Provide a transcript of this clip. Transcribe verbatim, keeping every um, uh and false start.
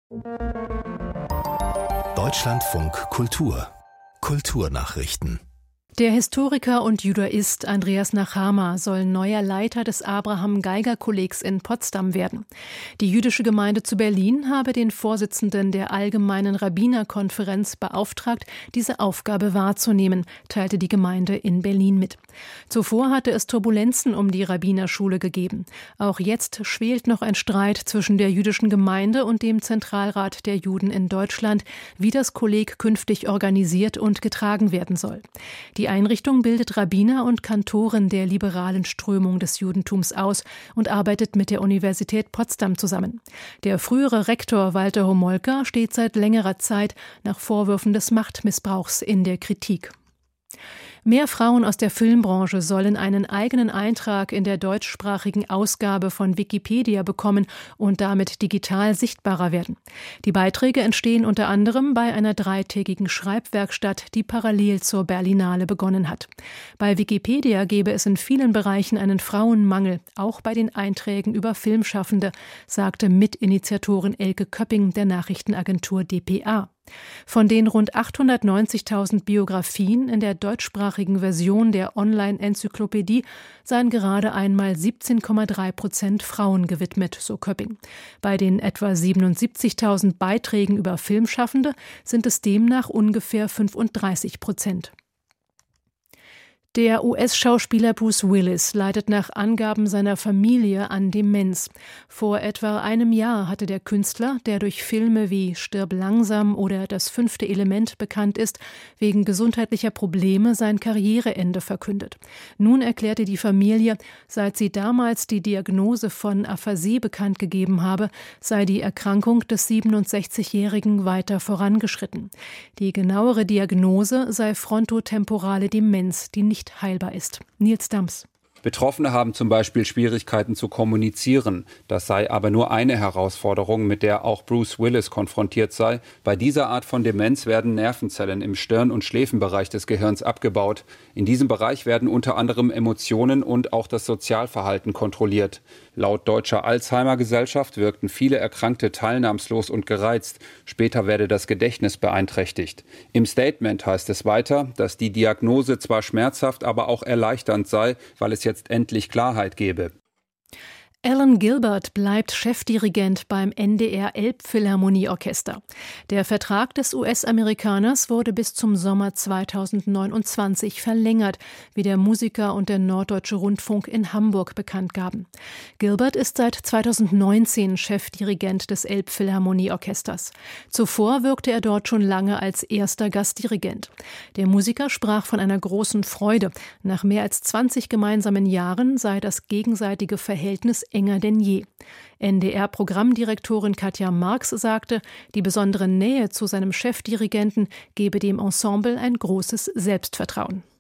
Deutschlandfunk Kultur Kulturnachrichten. Der Historiker und Judaist Andreas Nachama soll neuer Leiter des Abraham-Geiger-Kollegs in Potsdam werden. Die jüdische Gemeinde zu Berlin habe den Vorsitzenden der Allgemeinen Rabbinerkonferenz beauftragt, diese Aufgabe wahrzunehmen, teilte die Gemeinde in Berlin mit. Zuvor hatte es Turbulenzen um die Rabbinerschule gegeben. Auch jetzt schwelt noch ein Streit zwischen der jüdischen Gemeinde und dem Zentralrat der Juden in Deutschland, wie das Kolleg künftig organisiert und getragen werden soll. Die Einrichtung bildet Rabbiner und Kantoren der liberalen Strömung des Judentums aus und arbeitet mit der Universität Potsdam zusammen. Der frühere Rektor Walter Homolka steht seit längerer Zeit nach Vorwürfen des Machtmissbrauchs in der Kritik. Mehr Frauen aus der Filmbranche sollen einen eigenen Eintrag in der deutschsprachigen Ausgabe von Wikipedia bekommen und damit digital sichtbarer werden. Die Beiträge entstehen unter anderem bei einer dreitägigen Schreibwerkstatt, die parallel zur Berlinale begonnen hat. Bei Wikipedia gebe es in vielen Bereichen einen Frauenmangel, auch bei den Einträgen über Filmschaffende, sagte Mitinitiatorin Elke Köpping der Nachrichtenagentur D P A. Von den rund achthundertneunzigtausend Biografien in der deutschsprachigen Version der Online-Enzyklopädie seien gerade einmal siebzehn Komma drei Prozent Frauen gewidmet, so Köpping. Bei den etwa siebenundsiebzigtausend Beiträgen über Filmschaffende sind es demnach ungefähr fünfunddreißig Prozent. Der U S-Schauspieler Bruce Willis leidet nach Angaben seiner Familie an Demenz. Vor etwa einem Jahr hatte der Künstler, der durch Filme wie Stirb langsam oder Das fünfte Element bekannt ist, wegen gesundheitlicher Probleme sein Karriereende verkündet. Nun erklärte die Familie, seit sie damals die Diagnose von Aphasie bekannt gegeben habe, sei die Erkrankung des siebenundsechzigjährigen weiter vorangeschritten. Die genauere Diagnose sei frontotemporale Demenz, die nicht heilbar ist. Nils Dams. Betroffene haben zum Beispiel Schwierigkeiten zu kommunizieren. Das sei aber nur eine Herausforderung, mit der auch Bruce Willis konfrontiert sei. Bei dieser Art von Demenz werden Nervenzellen im Stirn- und Schläfenbereich des Gehirns abgebaut. In diesem Bereich werden unter anderem Emotionen und auch das Sozialverhalten kontrolliert. Laut Deutscher Alzheimer-Gesellschaft wirkten viele Erkrankte teilnahmslos und gereizt. Später werde das Gedächtnis beeinträchtigt. Im Statement heißt es weiter, dass die Diagnose zwar schmerzhaft, aber auch erleichternd sei, weil es jetzt endlich Klarheit gebe. Alan Gilbert bleibt Chefdirigent beim N D R Elbphilharmonieorchester. Der Vertrag des U S-Amerikaners wurde bis zum Sommer zweitausendneunundzwanzig verlängert, wie der Musiker und der Norddeutsche Rundfunk in Hamburg bekannt gaben. Gilbert ist seit zweitausendneunzehn Chefdirigent des Elbphilharmonieorchesters. Zuvor wirkte er dort schon lange als erster Gastdirigent. Der Musiker sprach von einer großen Freude. Nach mehr als zwanzig gemeinsamen Jahren sei das gegenseitige Verhältnis enger denn je. N D R-Programmdirektorin Katja Marx sagte, die besondere Nähe zu seinem Chefdirigenten gebe dem Ensemble ein großes Selbstvertrauen.